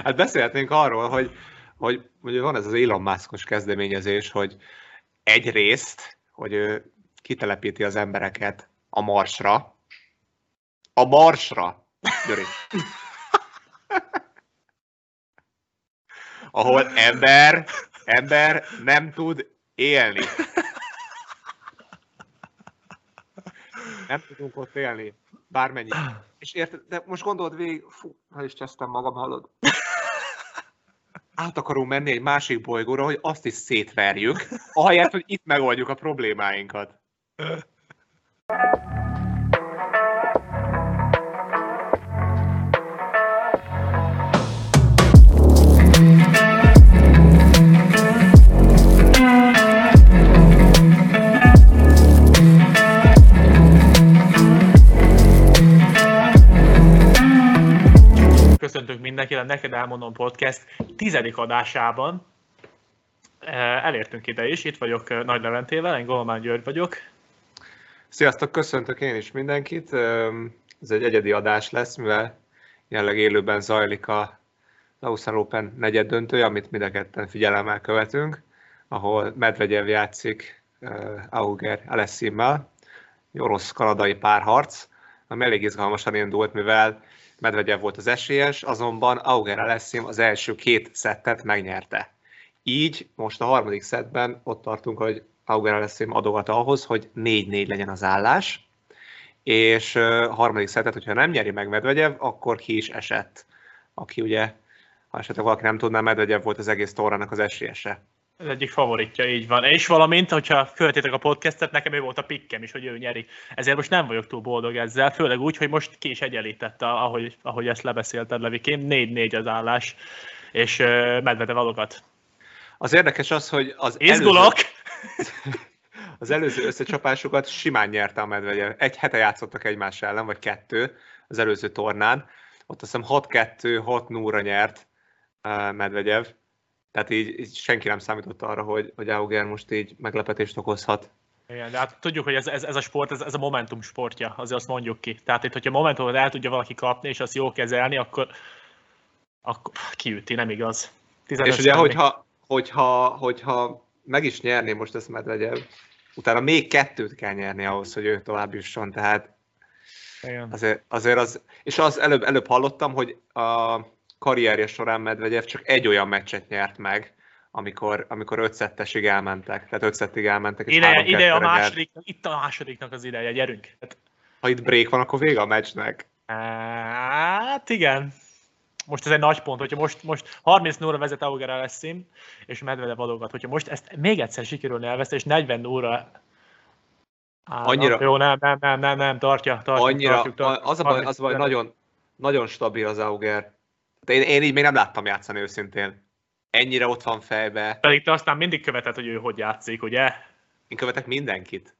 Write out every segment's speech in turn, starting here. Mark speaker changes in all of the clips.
Speaker 1: Hát beszélhetnénk arról, hogy van ez az Elon Musk-os kezdeményezés, hogy egyrészt, hogy ő kitelepíti az embereket a Marsra. A Marsra, Gyuri. Ahol ember nem tud élni. Nem tudunk ott élni. Bármennyi. És érted, de most gondold végig, ha is csesztem magam, hallod? Át akarunk menni egy másik bolygóra, hogy azt is szétverjük, ahelyett, hogy itt megoldjuk a problémáinkat.
Speaker 2: Köszöntök mindenkit a Neked Elmondom Podcast 10. adásában. Elértünk ide is, itt vagyok Nagy Leventével, én Golomán György vagyok.
Speaker 1: Sziasztok, köszöntök én is mindenkit. Ez egy egyedi adás lesz, mivel jelenleg élőben zajlik az Ausztrál Open negyed döntője, amit mind a ketten figyelemmel követünk, ahol Medvegyev játszik Auger Aliassimmel, egy orosz-kanadai párharc, ami elég izgalmasan indult, mivel Medvegyev volt az esélyes, azonban Auger Aliassim az első két szettet megnyerte. Így most a harmadik szettben ott tartunk, hogy Auger Aliassim adogat ahhoz, hogy 4-4 legyen az állás, és a harmadik szettet, hogyha nem nyeri meg Medvegyev, akkor ki is esett. Aki ugye, ha esetleg valaki nem tudná, Medvegyev volt az egész tornának az esélyese.
Speaker 2: Ez egyik favoritja, így van. És valamint, hogyha követétek a podcastet, nekem ő volt a pikkem is, hogy ő nyeri. Ezért most nem vagyok túl boldog ezzel, főleg úgy, hogy most ki is egyenlítette, ahogy ezt lebeszélted, Levikém. 4-4 az állás, és Medvegyev adogat.
Speaker 1: Az érdekes az, hogy az előző összecsapásokat simán nyerte a Medvegyev. Egy hete játszottak egymás ellen, vagy kettő az előző tornán. Ott azt hiszem 6-2, 6-0-ra nyert Medvegyev. Tehát így senki nem számított arra, hogy Auger most így meglepetést okozhat.
Speaker 2: Igen, de hát tudjuk, hogy ez a sport, ez a momentum sportja, azért azt mondjuk ki. Tehát itt, hogyha momentumot el tudja valaki kapni, és azt jól kezelni, akkor kiüti, nem igaz.
Speaker 1: És ugye, hogyha meg is nyerné most ezt Medvegyev, utána még kettőt kell nyerni ahhoz, hogy ő tovább jusson, tehát igen. Azért az, és az előbb hallottam, hogy a karrierje során Medvegyev csak egy olyan meccset nyert meg, amikor 5 szettesig elmentek. Tehát 5 szettig elmentek, és
Speaker 2: ideje a másodiknak, itt a másodiknak az ideje, gyerünk.
Speaker 1: Ha itt break van, akkor vége a meccsnek.
Speaker 2: Hát igen. Most ez egy nagy pont, hogyha most 30-0-ra vezet Auger Aliassim, és Medvegyev adogat. Hogyha most ezt még egyszer sikerülne elveszteni, és 40-0-ra
Speaker 1: annyira...
Speaker 2: Jó, nem, tartja.
Speaker 1: Az a baj, nagyon, nagyon stabil az Auger. Én így még nem láttam játszani őszintén. Ennyire ott van fejbe.
Speaker 2: Pedig te aztán mindig követed, hogy ő hogy játszik, ugye?
Speaker 1: Én követek mindenkit.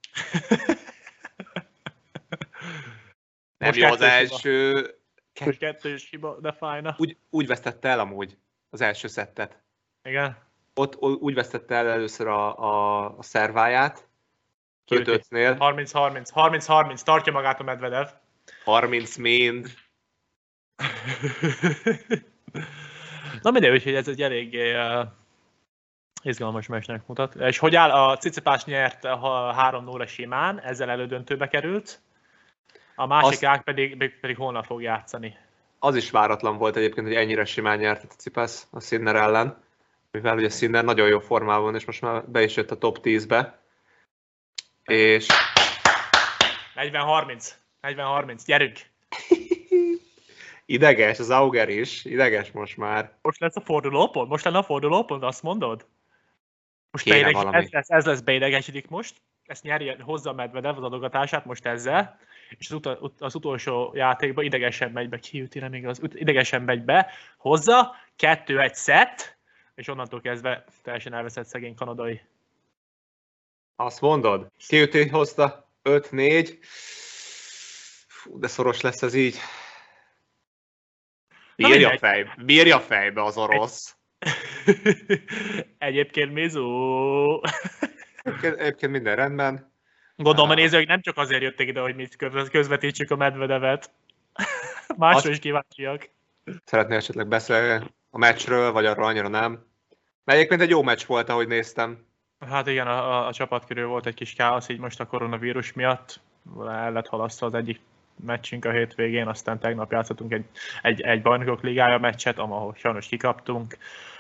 Speaker 1: Nem
Speaker 2: most
Speaker 1: jó az első...
Speaker 2: Most kettős hiba, de fájna.
Speaker 1: Úgy vesztette el amúgy az első szettet.
Speaker 2: Igen.
Speaker 1: Ott úgy vesztette el először a szerváját. 5-5-nél.
Speaker 2: 30-30, tartja magát a Medvegyev.
Speaker 1: 30 mind.
Speaker 2: Na mindegy, úgyhogy ez egy eléggé izgalmas meccsnek mutat. És hogy áll? A Tsitsipas nyert 3-0 simán, ezzel elődöntőbe került. A másik ág pedig holnap fog játszani.
Speaker 1: Az is váratlan volt egyébként, hogy ennyire simán nyert a Tsitsipas a Sinner ellen. Mivel ugye Sinner nagyon jó formában van, és most már be is jött a top 10-be. És...
Speaker 2: 40-30, gyerünk!
Speaker 1: Ideges, az Auger is. Ideges most már.
Speaker 2: Most lesz a fordulópont? Most lenne a fordulópont, azt mondod? Most ez lesz beidegesítik most. Ezt nyerje, hozza a Medvegyev az adogatását most ezzel. És az utolsó játékban idegesen megy be. Kiüti, nem igaz? Idegesen megy be. Hozza. 2-1 szett. És onnantól kezdve teljesen elveszett szegény kanadai.
Speaker 1: Azt mondod? Kiüti hozta. 5-4. Fú, de szoros lesz ez így. Bírja fejbe az orosz.
Speaker 2: Egyébként Mizu.
Speaker 1: Egyébként minden rendben.
Speaker 2: Gondolom a nézők nem csak azért jöttek ide, hogy mi közvetítsük a Medvegyevet. Másra is kíváncsiak.
Speaker 1: Szeretnél esetleg a meccsről, vagy arról annyira nem. De egyébként egy jó meccs volt, ahogy néztem.
Speaker 2: Hát igen, a csapat körül volt egy kis káosz, így most a koronavírus miatt el lett halasztva az egyik meccsünk a hétvégén, aztán tegnap játszottunk egy bajnokok ligája meccset, ahol sajnos kikaptunk.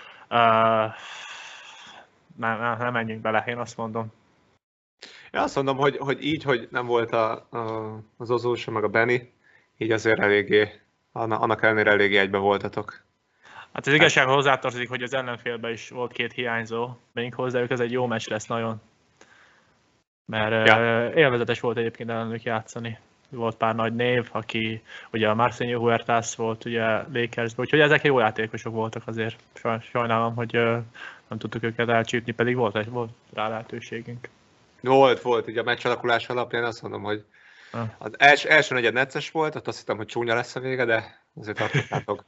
Speaker 2: Nem menjünk bele, én azt mondom.
Speaker 1: Én azt mondom, hogy így, hogy nem volt az Ozósa, meg a Benny, így azért eléggé, annak ellenére eléggé egybe voltatok.
Speaker 2: Hát az igazság hozzátartozik, hogy az ellenfélben is volt 2 hiányzó, menjünk hozzájuk, ez egy jó meccs lesz nagyon. Mert élvezetes volt egyébként ellenük játszani. Volt pár nagy név, aki ugye a Marcelinho Huertas volt ugye Lakersből, úgyhogy ezek jó játékosok voltak azért. Sajnálom, hogy nem tudtuk őket elcsípni, pedig volt rá lehetőségünk.
Speaker 1: Volt, így a meccs alakulás alapján azt mondom, hogy az első negyed necces volt, ott azt hittem, hogy csúnya lesz a vége, de azért tartottátok.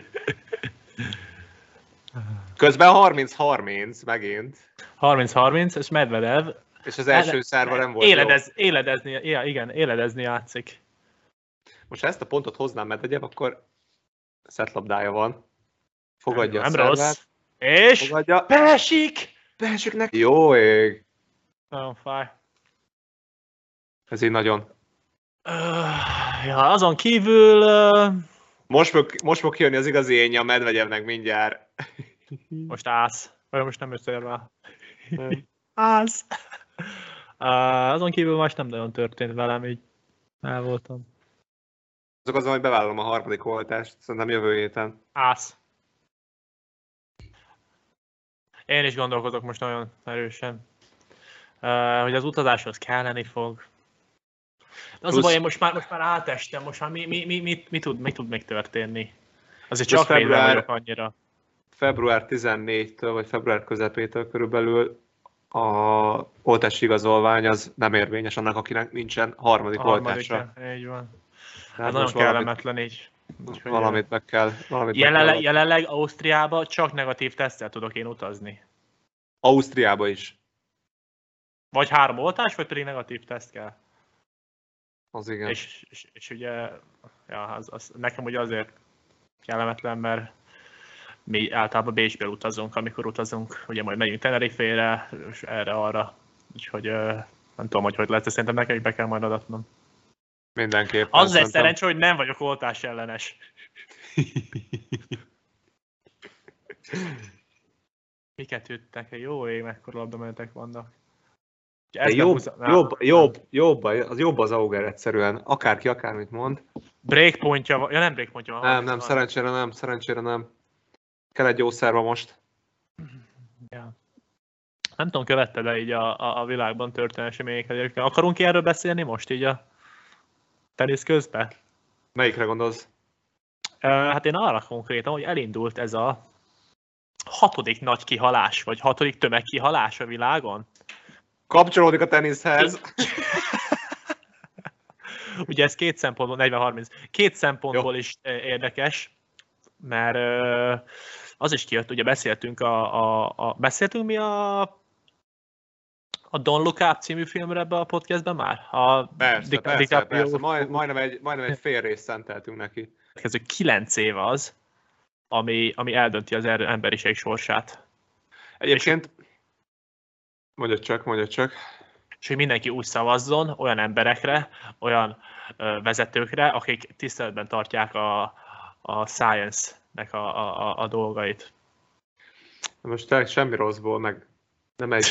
Speaker 1: Közben 30-30 megint.
Speaker 2: 30-30, és Medvedev.
Speaker 1: És az első szárva nem volt
Speaker 2: éledezni játszik.
Speaker 1: Most ha ezt a pontot hoznám Medvedev, akkor szetlabdája van. Fogadja
Speaker 2: nem
Speaker 1: a szervet.
Speaker 2: rossz. És
Speaker 1: fogadja.
Speaker 2: beesik neki.
Speaker 1: Jó ég.
Speaker 2: Nagyon fáj.
Speaker 1: Ez így nagyon.
Speaker 2: Ja, azon kívül...
Speaker 1: Most fog kijönni az igazi énje a Medvegyevnek mindjárt.
Speaker 2: Most állsz. Vagy most nem összeérve. Állsz. Azon kívül most nem nagyon történt velem, így el voltam.
Speaker 1: Azon, hogy bevállalom a harmadik oltást, szerintem jövő héten.
Speaker 2: Állsz. Én is gondolkodok most nagyon erősen. Hogy az utazáshoz kelleni fog. De az a baj, én most már átestem, most már mi tud még történni? Azért csak védve vagyok annyira.
Speaker 1: Február 14-től, vagy február közepétől körülbelül a oltási igazolvány az nem érvényes annak, akinek nincsen harmadik oltásra.
Speaker 2: Így van. Hát nagyon kellemetlen így.
Speaker 1: Valamit meg kell.
Speaker 2: Jelenleg Ausztriába csak negatív teszttel tudok én utazni.
Speaker 1: Ausztriába is.
Speaker 2: Vagy 3 oltás, vagy pedig negatív teszt kell.
Speaker 1: Az igen.
Speaker 2: És ugye, ja, az nekem ugye azért kellemetlen, mert mi általában Bécsből utazunk, amikor utazunk, ugye majd megyünk Tenerife-re, és erre-arra. Úgyhogy nem tudom, hogy lesz, de szerintem nekem is be kell majd adatnom.
Speaker 1: Mindenképpen.
Speaker 2: Az lesz szerencsé, hogy nem vagyok oltás ellenes. Miket üttek? Jó ég, mekkora labdamenetek vannak.
Speaker 1: Jobb az Auger egyszerűen. Akárki akármit mond.
Speaker 2: Breakpointja van. Ja, nem breakpointja van.
Speaker 1: Nem, szerencsére nem. Kell egy jó szerva most.
Speaker 2: Ja. Nem tudom, követted-e így a világban történő eseményeket? Akarunk erről beszélni most így a tenisz közben?
Speaker 1: Melyikre gondolsz?
Speaker 2: Hát én arra konkrétan, hogy elindult ez a 6. nagy kihalás, vagy 6. tömegkihalás a világon.
Speaker 1: Kapcsolódik a teniszhez.
Speaker 2: Ugye ez 2 szempontból, 40-30, 2 szempontból is érdekes, mert az is kijött, ugye beszéltünk beszéltünk mi a Don't Look Up című filmre ebbe a podcastben már?
Speaker 1: Persze. Majdnem egy fél részt szenteltünk neki.
Speaker 2: Ez 9 év az, ami eldönti az emberiség sorsát.
Speaker 1: Egyébként, mondja csak.
Speaker 2: És hogy mindenki úgy szavazzon olyan emberekre, olyan vezetőkre, akik tiszteletben tartják a science-nek a dolgait.
Speaker 1: Most semmi rosszból, meg nem egy...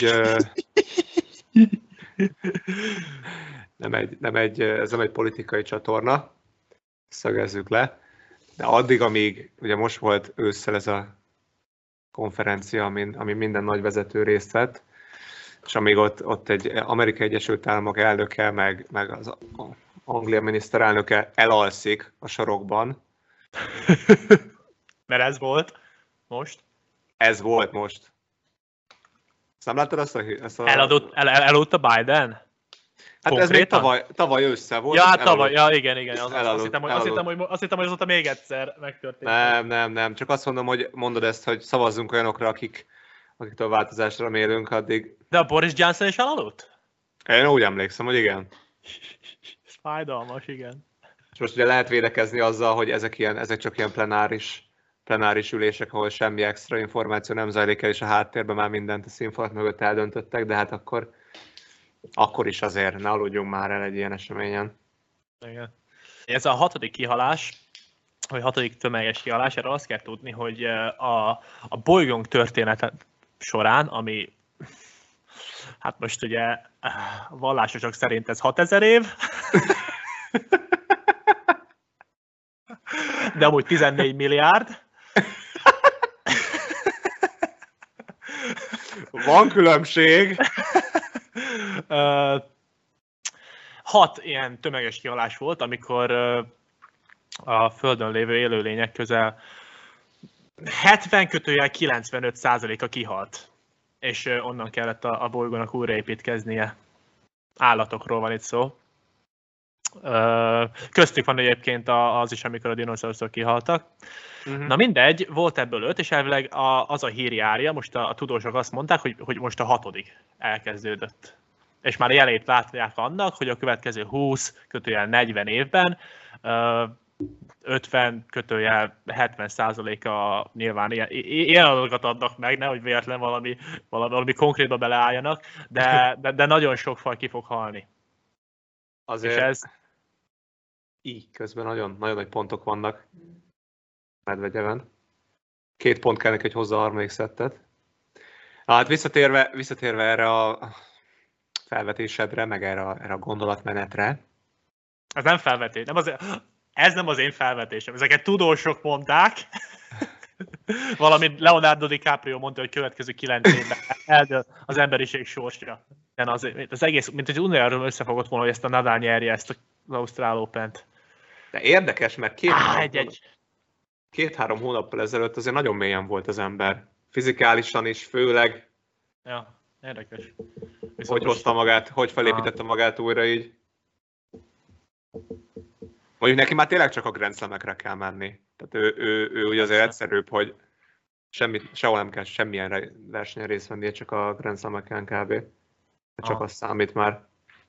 Speaker 1: ez nem egy politikai csatorna, szögezzük le, de addig, amíg ugye most volt ősszel ez a konferencia, ami minden nagy vezető részt vett, és amíg ott egy Amerikai Egyesült Államok elnöke, meg az Anglia miniszterelnöke elalszik a sorokban.
Speaker 2: Mert ez volt most?
Speaker 1: Ez volt most. Nem láttad ezt a...
Speaker 2: Elaludt a Biden?
Speaker 1: Hát konkrétan? Ez még tavaly össze volt.
Speaker 2: Ja, tavaly, ja, igen. Azt hittem, hogy azóta még egyszer megtörtént.
Speaker 1: Nem. Csak azt mondom, hogy mondod ezt, hogy szavazzunk olyanokra, akiktől változásra remélünk addig.
Speaker 2: De a Boris Johnson is elaludt?
Speaker 1: Én úgy emlékszem, hogy igen.
Speaker 2: Ez fájdalmas, igen.
Speaker 1: És most ugye lehet védekezni azzal, hogy ezek csak ilyen plenáris plenáris ülések, ahol semmi extra információ nem zajlik el, és a háttérben már mindent a színfalak mögött eldöntöttek, de hát akkor is azért ne aludjunk már el egy ilyen eseményen.
Speaker 2: Igen. Ez a 6. kihalás, vagy 6. tömeges kihalás, erről azt kell tudni, hogy a bolygónk története során, ami hát most ugye a vallásosok szerint ez 6000 év, de amúgy 14 milliárd.
Speaker 1: Van különbség.
Speaker 2: 6 ilyen tömeges kihalás volt, amikor a Földön lévő élőlények közel 70-95%-a kihalt, és onnan kellett a bolygónak újraépítkeznie. Állatokról van itt szó. Köztük van egyébként az is, amikor a dinoszauruszok kihaltak. Na mindegy, volt ebből 5, és elvileg az a hír járja, most a tudósok azt mondták, hogy most a 6. elkezdődött. És már jelét látják annak, hogy a következő 20-40 évben 50-70%-a nyilván ilyen adatokat adnak meg, nehogy véletlen valami konkrétba beleálljanak, de nagyon sok faj ki fog halni.
Speaker 1: Azért és ez... így közben nagyon nagy pontok vannak Medvegyeven. 2 pont kell neki, hogy hozza a harmadik szettet. Hát visszatérve erre a felvetésedre, meg erre a gondolatmenetre.
Speaker 2: Ez nem felvetés, ez nem az én felvetésem, ezeket tudósok mondták. Valami Leonardo DiCaprio mondta, hogy következő 9 évben eldől az emberiség sorsra. Az egész, mint hogy unióról összefogott volna, hogy ezt a Nadal nyerje, ezt az Ausztrál Opent.
Speaker 1: De érdekes, mert 2-3 hónappal ezelőtt azért nagyon mélyen volt az ember. Fizikálisan is, főleg.
Speaker 2: Ja, érdekes.
Speaker 1: Hogy hozta magát, hogy felépítette magát újra így. Mondjuk neki már tényleg csak a Grand Slamekre kell menni. Tehát ő ugye azért egyszerűbb, hogy sehol nem kell semmilyen versenyen részt vennie, csak a Grand Slameken kb. Csak az számít már.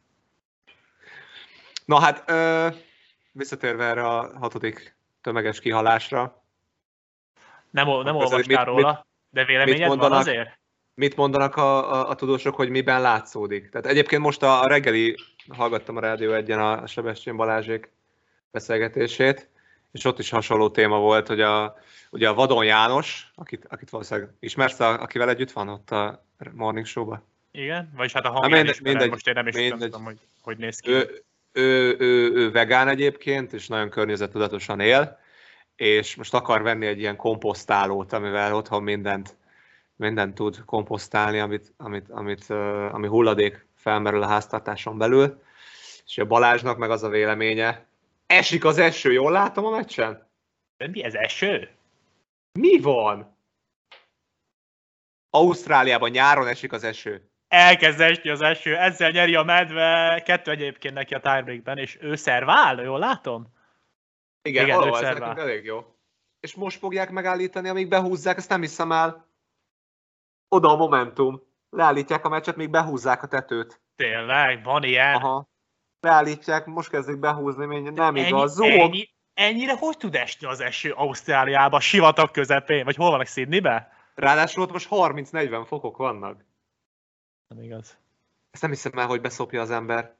Speaker 1: Na hát, visszatérve erre a 6. tömeges kihalásra.
Speaker 2: Nem olvastál róla, de véleményed van azért?
Speaker 1: Mit mondanak a tudósok, hogy miben látszódik? Tehát egyébként most a reggeli hallgattam a Rádió 1-en a Sebestyén Balázsék beszélgetését, és ott is hasonló téma volt, hogy ugye a Vadon János, akit valószínűleg ismersz, akivel együtt van ott a Morning Show-ban.
Speaker 2: Igen, vagyis hát a hangján ismerem, most én nem is tudom, hogy néz ki.
Speaker 1: Ő vegán egyébként, és nagyon környezettudatosan él, és most akar venni egy ilyen komposztálót, amivel otthon mindent tud komposztálni, ami hulladék felmerül a háztartáson belül. És a Balázsnak meg az a véleménye, esik az eső, jól látom a meccsen?
Speaker 2: De mi ez, eső?
Speaker 1: Mi van? Ausztráliában nyáron esik az eső.
Speaker 2: Elkezd esni az eső, ezzel nyeri a medve, 2 egyébként neki a tiebreakben, és ő szervál, jól látom?
Speaker 1: Igen, ő szervál. Elég jó. És most fogják megállítani, amíg behúzzák, ezt nem hiszem el. Oda a momentum. Leállítják a meccset, míg behúzzák a tetőt.
Speaker 2: Tényleg? Van ilyen?
Speaker 1: Aha. Leállítják, most kezdik behúzni, nem igaz.
Speaker 2: Ennyire hogy tud esni az eső Ausztráliába, sivatag közepén? Vagy hol vannak, Sydneybe?
Speaker 1: Ráadásul ott most 30-40 fokok vannak.
Speaker 2: Nem igaz.
Speaker 1: Ezt nem hiszem el, hogy beszopja az ember.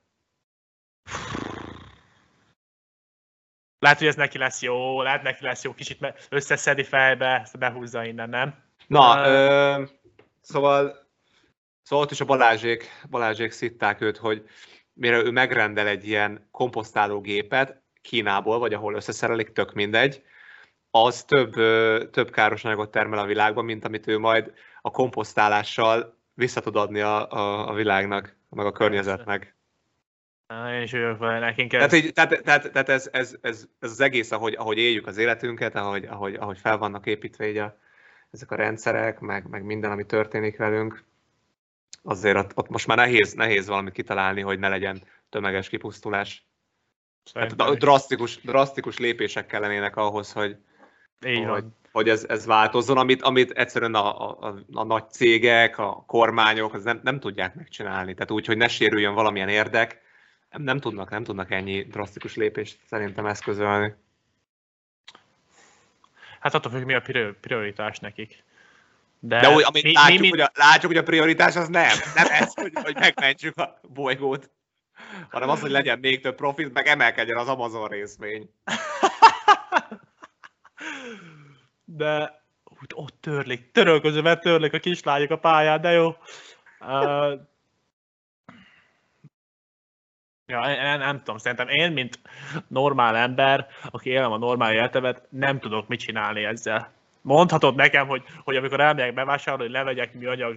Speaker 2: Lehet, hogy ez neki lesz jó, kicsit összeszedi fejbe, ezt behúzza innen, nem?
Speaker 1: Na, szóval ott is a Balázsék szitták őt, hogy mire ő megrendel egy ilyen komposztálógépet Kínából, vagy ahol összeszerelik, tök mindegy, az több káros anyagot termel a világban, mint amit ő majd a komposztálással vissza tud adni a világnak, meg a környezetnek.
Speaker 2: Én is vagyok vele, nekünk
Speaker 1: ez... Tehát ez az egész, ahogy éljük az életünket, ahogy fel vannak építve így ezek a rendszerek, meg minden, ami történik velünk, azért ott most már nehéz valamit kitalálni, hogy ne legyen tömeges kipusztulás. Hát drasztikus lépések kellenének ahhoz, hogy ez változzon, amit egyszerűen a nagy cégek, a kormányok az nem tudják megcsinálni. Tehát úgy, hogy ne sérüljön valamilyen érdek, nem tudnak ennyi drasztikus lépést szerintem eszközölni.
Speaker 2: Hát attól függ, mi a prioritás nekik.
Speaker 1: De úgy, amit látjuk, hogy a prioritás az nem ez, hogy megmentsük a bolygót, hanem az, hogy legyen még több profit, meg emelkedjen az Amazon részvény.
Speaker 2: De ott törölközővel törlik a kislányok a pályán, de jó. Ja, nem tudom, szerintem én, mint normál ember, aki élem a normál életemet, nem tudok mit csinálni ezzel. Mondhatod nekem, hogy amikor elmegyek bevásárolni, hogy levegyek műanyag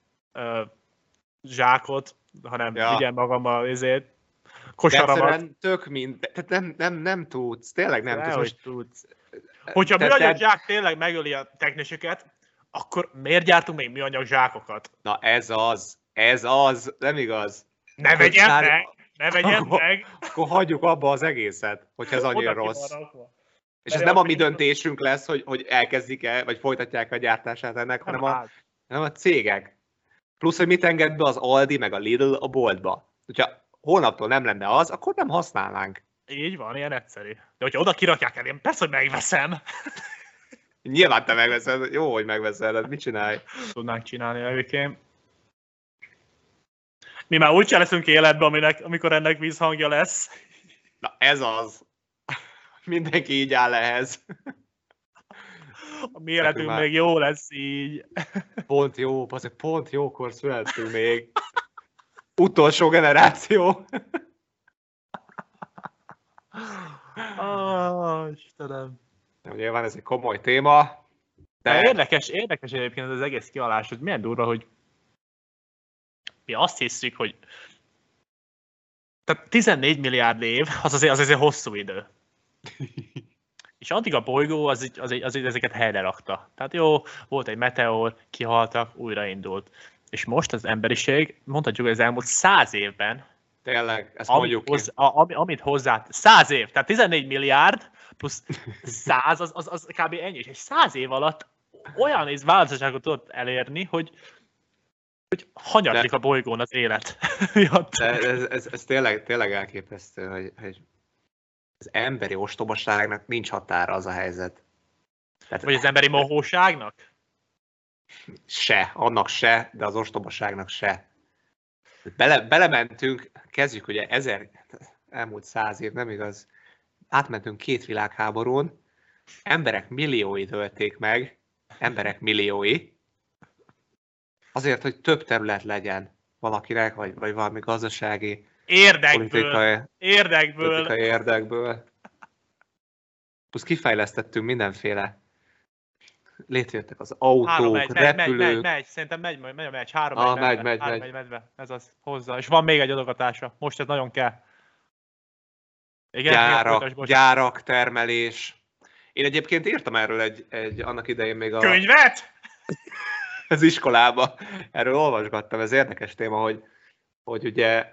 Speaker 2: zsákot, hanem vigyem magammal ezért kosaramat.
Speaker 1: Egyszerűen tök tehát nem tudsz, tényleg nem
Speaker 2: tudsz. Hogyha műanyag zsák tényleg megöli a techniseket, akkor miért gyártunk még műanyag zsákokat?
Speaker 1: Na ez az, nem igaz.
Speaker 2: Ne vegyem meg!
Speaker 1: Akkor hagyjuk abba az egészet, hogyha ez annyira rossz. És ez nem a mi döntésünk lesz, hogy elkezdik-e, vagy folytatják a gyártását ennek, hanem a cégek. Plusz, hogy mit enged be az Aldi meg a Lidl a boltba. Hogyha holnaptól nem lenne az, akkor nem használnánk.
Speaker 2: Így van, ilyen egyszerű. De hogyha oda kirakják el, én persze, hogy megveszem.
Speaker 1: Nyilván te megveszed, jó, hogy megveszed, de mit csinálj?
Speaker 2: Tudnánk csinálni egyébként. Mi már úgyse leszünk életben, amikor ennek vízhangja lesz.
Speaker 1: Na ez az. Mindenki így áll ehhez.
Speaker 2: A mi életünk még jó lesz így.
Speaker 1: Pont jókor születtünk még. Utolsó generáció.
Speaker 2: Istenem.
Speaker 1: Nyilván ez egy komoly téma.
Speaker 2: De érdekes egyébként az egész kialás, hogy milyen durva, hogy mi azt hiszük, hogy tehát 14 milliárd év, az azért hosszú idő. És addig a bolygó az ezeket helyre rakta. Tehát jó, volt egy meteor, kihaltak, újraindult. És most az emberiség, mondhatjuk, hogy az elmúlt 100 évben,
Speaker 1: tényleg, ezt mondjuk
Speaker 2: amit hozzá, 100 év, tehát 14 milliárd plusz 100, az kb. Ennyi. És 100 év alatt olyan változásokat tudott elérni, hogy hanyatlik a bolygón az élet.
Speaker 1: ez tényleg elképesztő, hogy az emberi ostobaságnak nincs határa, az a helyzet.
Speaker 2: Tehát, vagy az emberi mohóságnak?
Speaker 1: Annak se, de az ostobaságnak se. Belementünk, kezdjük ugye elmúlt 100 év, nem igaz, átmentünk 2 világháborún, emberek milliói tölték meg, azért, hogy több terület legyen valakinek, vagy valami gazdasági,
Speaker 2: érdekből.
Speaker 1: Politikai érdekből. Plusz kifejlesztettünk mindenféle. Létrejöttek az autók, repülők.
Speaker 2: Megy, szerintem megy a meccs. 3 megy. Ez az, hozzá. És van még egy adogatása. Most ez nagyon kell.
Speaker 1: Igen, gyárak, termelés. Én egyébként írtam erről egy annak idején még
Speaker 2: könyvet?
Speaker 1: Az iskolába. Erről olvasgattam, ez érdekes téma, hogy ugye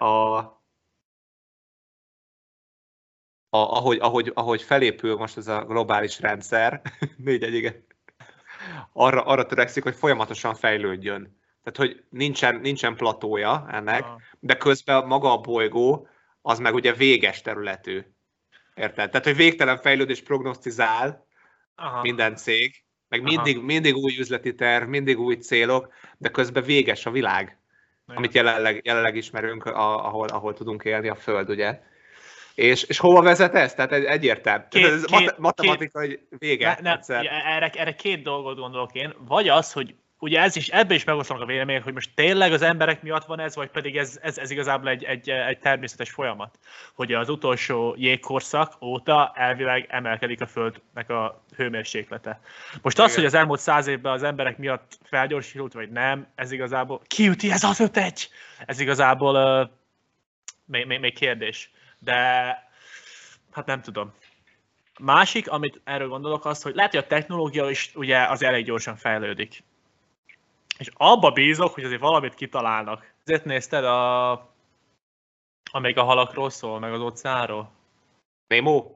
Speaker 1: ahogy felépül most ez a globális rendszer, 4-1, arra törekszik, hogy folyamatosan fejlődjön. Tehát, hogy nincsen platója ennek, de közben maga a bolygó, az meg ugye véges területű. Érted? Tehát, hogy végtelen fejlődés prognosztizál minden cég, meg mindig új üzleti terv, mindig új célok, de közben véges a világ, amit jelenleg ismerünk, ahol tudunk élni, a Föld, ugye. És hova vezet ez? Tehát egyértelmű. Ez matematikai vége.
Speaker 2: Erre 2 dolgot gondolok én. Vagy az, hogy ugye ebben is megosztanak a vélemények, hogy most tényleg az emberek miatt van ez, vagy pedig ez igazából egy természetes folyamat. Hogy az utolsó jégkorszak óta elvileg emelkedik a Földnek a hőmérséklete. Most az, hogy az elmúlt 100 évben az emberek miatt felgyorsult, vagy nem, ez igazából kiüti ez az 5-1! Ez igazából még kérdés. De hát nem tudom. Másik, amit erről gondolok, az, hogy lehet, hogy a technológia is ugye az elég gyorsan fejlődik. És abba bízok, hogy azért valamit kitalálnak. Ezért nézted amelyik a halakról szól, meg az óceánról?
Speaker 1: Nemo?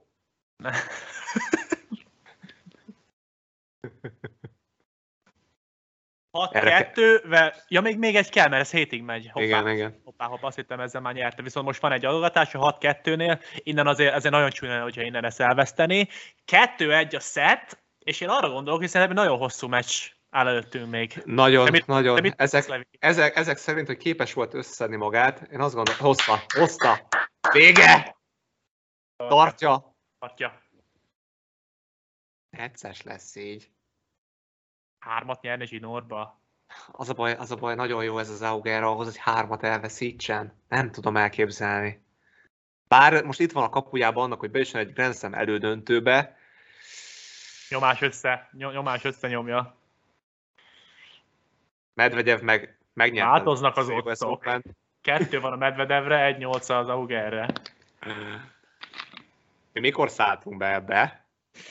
Speaker 2: Ja, még egy kell, mert ez 7-ig megy.
Speaker 1: Hoppá. Igen.
Speaker 2: Hoppá, azt hittem, ezzel már nyerte. Viszont most van egy adogatás a 6-2-nél, innen azért nagyon csúnya, hogyha innen ezt elveszteni. 2-1 a set, És én arra gondolok, hogy szerintem nagyon hosszú meccs áll előttünk még.
Speaker 1: Nagyon. Ezek szerint, hogy képes volt összeszedni magát, én azt gondolom, hozta. Vége! Tartja. Necces lesz így.
Speaker 2: 3-at nyerni zsinórba.
Speaker 1: Az a baj, nagyon jó ez az Auger ahhoz, hogy 3-at elveszítsen. Nem tudom elképzelni. Bár most itt van a kapujában annak, hogy beüssön egy Grand Slam elődöntőbe.
Speaker 2: Nyomás összenyomja.
Speaker 1: Medvegyev megnyerte.
Speaker 2: Változnak az ottok. 2 van a Medvedevre, 1-8 az Augerre.
Speaker 1: Mi mikor szálltunk be ebbe?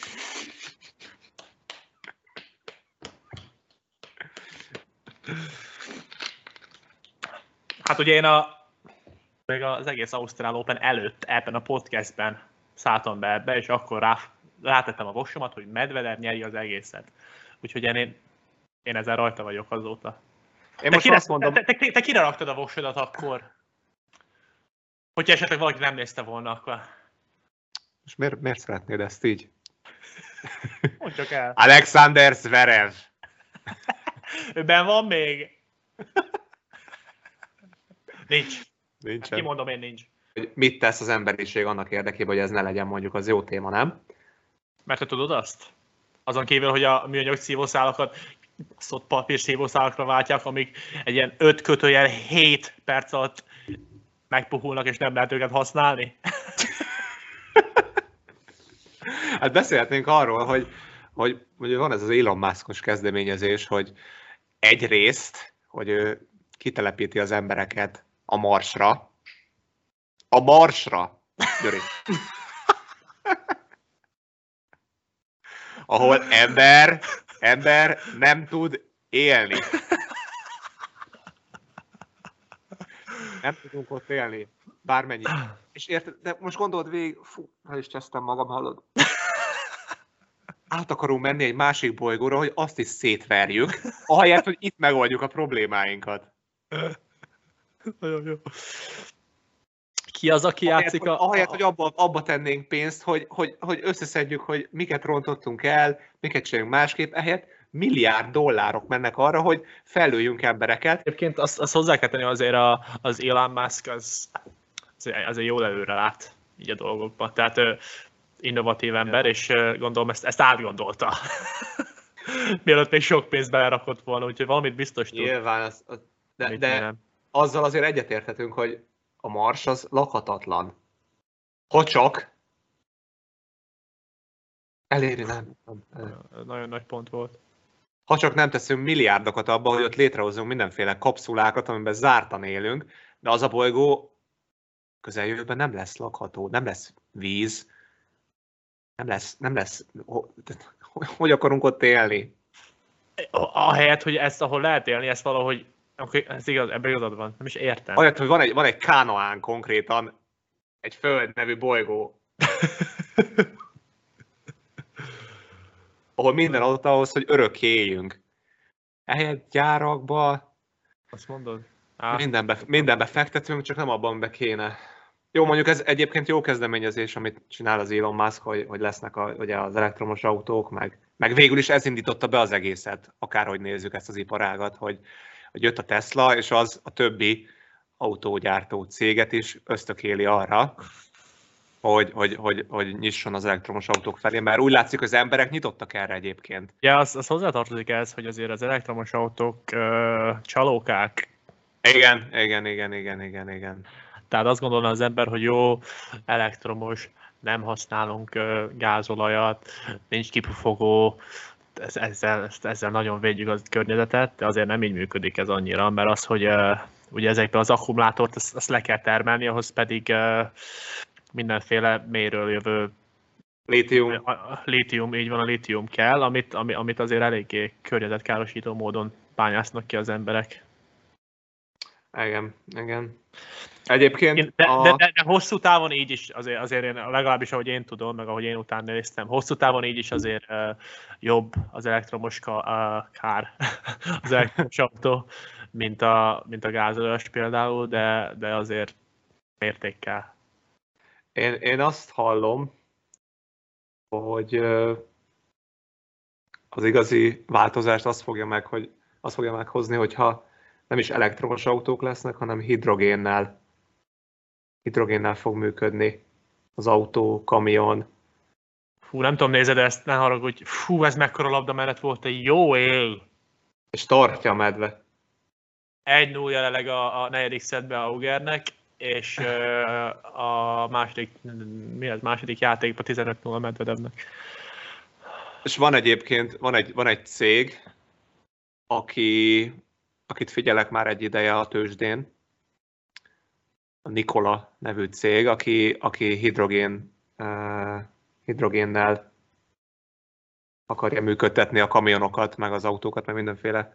Speaker 2: Hát ugye én még az egész Ausztrál Open előtt ebben a podcastben szálltam be ebbe, és akkor rátettem a voksomat, hogy Medvedev nyeri az egészet. Úgyhogy én ezzel rajta vagyok azóta. Te kire raktad a voksodat akkor? Hogyha esetleg valaki nem nézte volna, akkor...
Speaker 1: És miért szeretnéd ezt így?
Speaker 2: Mondd csak el.
Speaker 1: Alexander Zverev.
Speaker 2: Őben van még? Nincs.
Speaker 1: Nincsen.
Speaker 2: Kimondom, én nincs.
Speaker 1: Mit tesz az emberiség annak érdekében, hogy ez ne legyen, mondjuk az jó téma, nem?
Speaker 2: Mert te tudod azt? Azon kívül, hogy a műanyag szívószálakat szott papír szívószálakra váltják, amik egy ilyen 5-7 perc alatt megpuhulnak, és nem lehet őket használni.
Speaker 1: Hát beszélhetnénk arról, hogy van ez az Elon Musk-os kezdeményezés, hogy egyrészt, hogy ő kitelepíti az embereket a Marsra. A Marsra, Gyuri. Ahol ember nem tud élni. Nem tudunk ott élni. Bármennyi. És érted, de most gondold végig, el is csesztem magam, hallod? Át akarunk menni egy másik bolygóra, hogy azt is szétverjük, ahelyett, hogy itt megoldjuk a problémáinkat.
Speaker 2: Nagyon jó. Ki az, aki játszik
Speaker 1: ahelyett, hogy abba tennénk pénzt, hogy összeszedjük, hogy miket rontottunk el, miket csináljunk másképp, ehelyett $1 milliárd mennek arra, hogy fellőjünk embereket.
Speaker 2: Egyébként azt hozzá kell tenni, azért az Elon Musk azért jól előre lát így a dolgokban. Tehát innovatív ember, és gondolom ezt átgondolta. Mielőtt még sok pénzt belerakott volna, úgyhogy valamit biztos tud.
Speaker 1: Nyilván, de azzal azért egyetérthetünk, hogy a Mars az lakhatatlan. Ha csak eléri, nem.
Speaker 2: Nagyon nagy pont volt.
Speaker 1: Ha csak nem teszünk milliárdokat abba, hogy ott létrehozunk mindenféle kapszulákat, amiben zártan élünk, de az a bolygó közeljövőben nem lesz lakható, nem lesz víz, nem lesz, hogy akarunk ott élni?
Speaker 2: Ahelyett, hogy ezt, ahol lehet élni, ezt valahogy, ez igaz, ebben igazad van, nem is értem.
Speaker 1: Ahelyett, hogy van egy Kánaán konkrétan, egy Föld nevű bolygó, ahol minden adott ahhoz, hogy örökké éljünk. Ehelyett gyárakba,
Speaker 2: azt mondod?
Speaker 1: Mindenbe fektetünk, csak nem abban be kéne. Jó, mondjuk ez egyébként jó kezdeményezés, amit csinál az Elon Musk, hogy lesznek ugye az elektromos autók, meg végül is ez indította be az egészet, akárhogy nézzük ezt az iparágat, hogy jött a Tesla, és az a többi autógyártó céget is ösztökéli arra, hogy nyisson az elektromos autók felé, mert úgy látszik, hogy az emberek nyitottak erre egyébként.
Speaker 2: Ja, az hozzátartozik ez, hogy azért az elektromos autók csalókák.
Speaker 1: Igen.
Speaker 2: Tehát azt gondolna az ember, hogy jó, elektromos, nem használunk gázolajat, nincs kipufogó, ezzel nagyon védjük a környezetet, de azért nem így működik ez annyira, mert az, hogy ugye ezekben az akkumulátort azt le kell termelni, ahhoz pedig mindenféle mélyről jövő lítium, így van, a lítium kell, amit azért eléggé környezetkárosító módon bányásznak ki az emberek.
Speaker 1: Igen. Egyébként
Speaker 2: de hosszú távon így is, azért én, legalábbis ahogy én tudom, meg ahogy én utána néztem, hosszú távon így is azért jobb az elektromos kár, az elektromos autó, mint a gázolajos például, de azért mértékkel.
Speaker 1: Én azt hallom, hogy az igazi változást azt fogja meghozni, hogyha nem is elektromos autók lesznek, hanem hidrogénnel fog működni az autó, kamion.
Speaker 2: Fú, nem tudom, nézed ezt, ne haragudj. Fú, ez mekkora labda mellett volt egy jó éj.
Speaker 1: És tartja a medve.
Speaker 2: 1-0 jelenleg a negyedik szedbe Augernek, és a második játékban 15-0 a Medvedevnek.
Speaker 1: És van egyébként, van egy cég, akit figyelek már egy ideje a tőzsdén, a Nikola nevű cég, aki hidrogénnel akarja működtetni a kamionokat, meg az autókat, meg mindenféle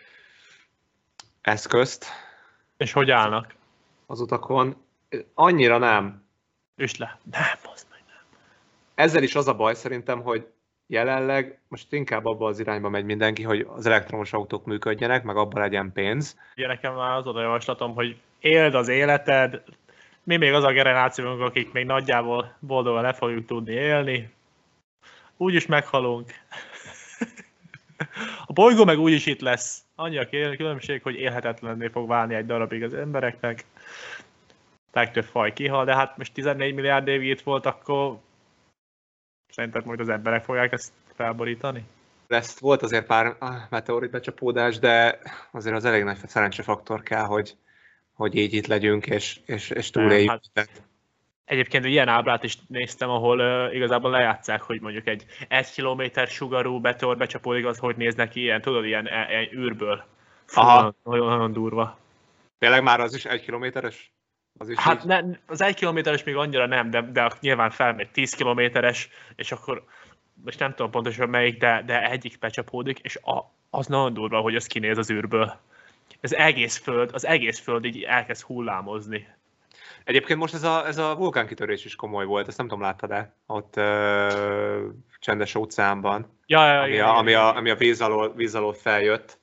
Speaker 1: eszközt.
Speaker 2: És hogy állnak?
Speaker 1: Az utakon. Annyira nem.
Speaker 2: Üsd le. Nem, az meg nem.
Speaker 1: Ezzel is az a baj szerintem, hogy jelenleg most inkább abba az irányba megy mindenki, hogy az elektromos autók működjenek, meg abban legyen pénz.
Speaker 2: Ugye nekem már az a javaslatom, hogy éld az életed, mi még az a generációnk, akik még nagyjából boldogan le fogjuk tudni élni. Úgyis meghalunk. A bolygó meg úgyis itt lesz. Annyi a különbség, hogy élhetetlenné fog válni egy darabig az embereknek. Legtöbb faj kihal, de hát most 14 milliárd évig itt volt, akkor szerinted majd az emberek fogják ezt felborítani?
Speaker 1: Volt azért pár meteorit becsapódás, de azért az elég nagy szerencsefaktor kell, hogy így itt legyünk, és túléljük.
Speaker 2: Hát, egyébként ilyen ábrát is néztem, ahol igazából lejátszák, hogy mondjuk egy 1 kilométer sugarú meteor becsapódik, az hogy néz neki ilyen, tudod, ilyen űrből. Nagyon durva.
Speaker 1: Tényleg már az is 1 kilométeres?
Speaker 2: Hát az 1 kilométeres még annyira nem, de nyilván felmegy 10 kilométeres, és akkor most nem tudom pontosan melyik, de egyik becsapódik, és az nagyon durva, hogy az kinéz az űrből. Az egész föld így elkezd hullámozni.
Speaker 1: Egyébként most ez a vulkánkitörés is komoly volt, ezt nem tudom, láttad-e? Ott Csendes óceánban, ami a víz alól feljött.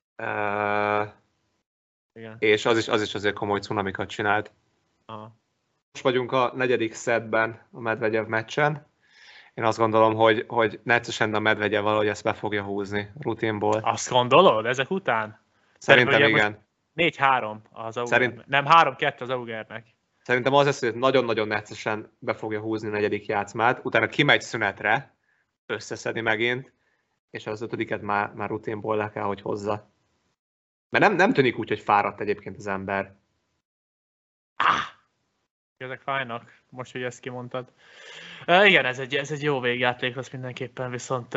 Speaker 2: Igen.
Speaker 1: És az is azért komoly cunamikat csinált.
Speaker 2: Aha.
Speaker 1: Most vagyunk a negyedik szettben a Medvegyev meccsen. Én azt gondolom, hogy neccesen a Medvegyev valahogy ezt be fogja húzni rutinból.
Speaker 2: Azt gondolod ezek után?
Speaker 1: Szerintem igen.
Speaker 2: 4-3 az Augernek. Nem, 3-2 az Augernek.
Speaker 1: Szerintem az lesz, hogy nagyon-nagyon neccesen be fogja húzni a negyedik játszmát, utána kimegy szünetre, összeszedni megint, és az ötödiket már rutinból le kell, hogy hozza. Mert nem tűnik úgy, hogy fáradt egyébként az ember.
Speaker 2: Ezek fájnak, most, hogy ezt kimondtad. Igen, ez egy jó végjáték lesz mindenképpen, viszont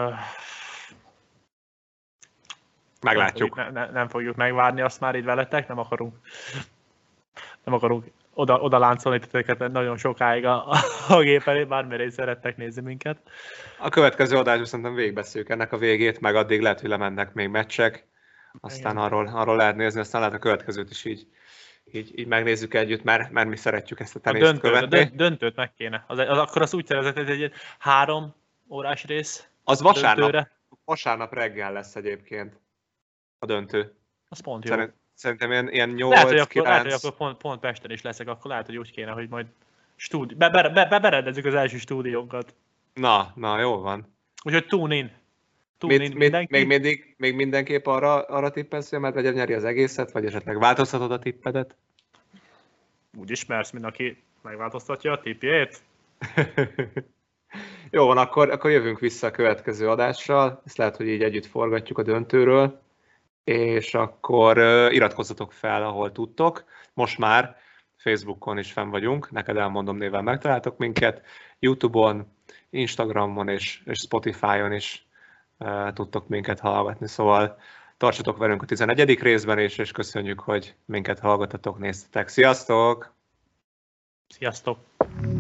Speaker 1: meglátjuk.
Speaker 2: Nem fogjuk megvárni azt már így veletek, nem akarunk oda láncolni titeket nagyon sokáig a gép elé, bármire is szerettek nézni minket.
Speaker 1: A következő adásban szerintem végigbeszéljük ennek a végét, meg addig lehet, hogy lemennek még meccsek, aztán arról lehet nézni, aztán lehet a következőt is így megnézzük együtt, mert mi szeretjük ezt a tenészt követni.
Speaker 2: A döntőt meg kéne. Akkor az úgy tervezett, hogy egy 3 órás rész.
Speaker 1: Az vasárnap reggel lesz egyébként a döntő.
Speaker 2: Az pont jó.
Speaker 1: Szerintem ilyen 8-9...
Speaker 2: Lehet, hogy akkor pont Pesten is leszek, akkor lehet, hogy úgy kéne, hogy majd berendezzük az első stúdiónkat.
Speaker 1: Na, jó van.
Speaker 2: Úgyhogy tune in
Speaker 1: még mindenképp arra tippelsz, hogy a Medvegyev nyeri az egészet, vagy esetleg változtatod a tippedet?
Speaker 2: Úgy ismersz, mint aki megváltoztatja a tippjét.
Speaker 1: Jó van, akkor jövünk vissza a következő adással. Ezt lehet, hogy így együtt forgatjuk a döntőről. És akkor iratkozzatok fel, ahol tudtok. Most már Facebookon is fenn vagyunk, neked elmondom néven megtaláltok minket. YouTube-on, Instagramon és Spotify-on is tudtok minket hallgatni. Szóval tartsatok velünk a 11. részben is, és köszönjük, hogy minket hallgatatok, néztetek. Sziasztok!
Speaker 2: Sziasztok!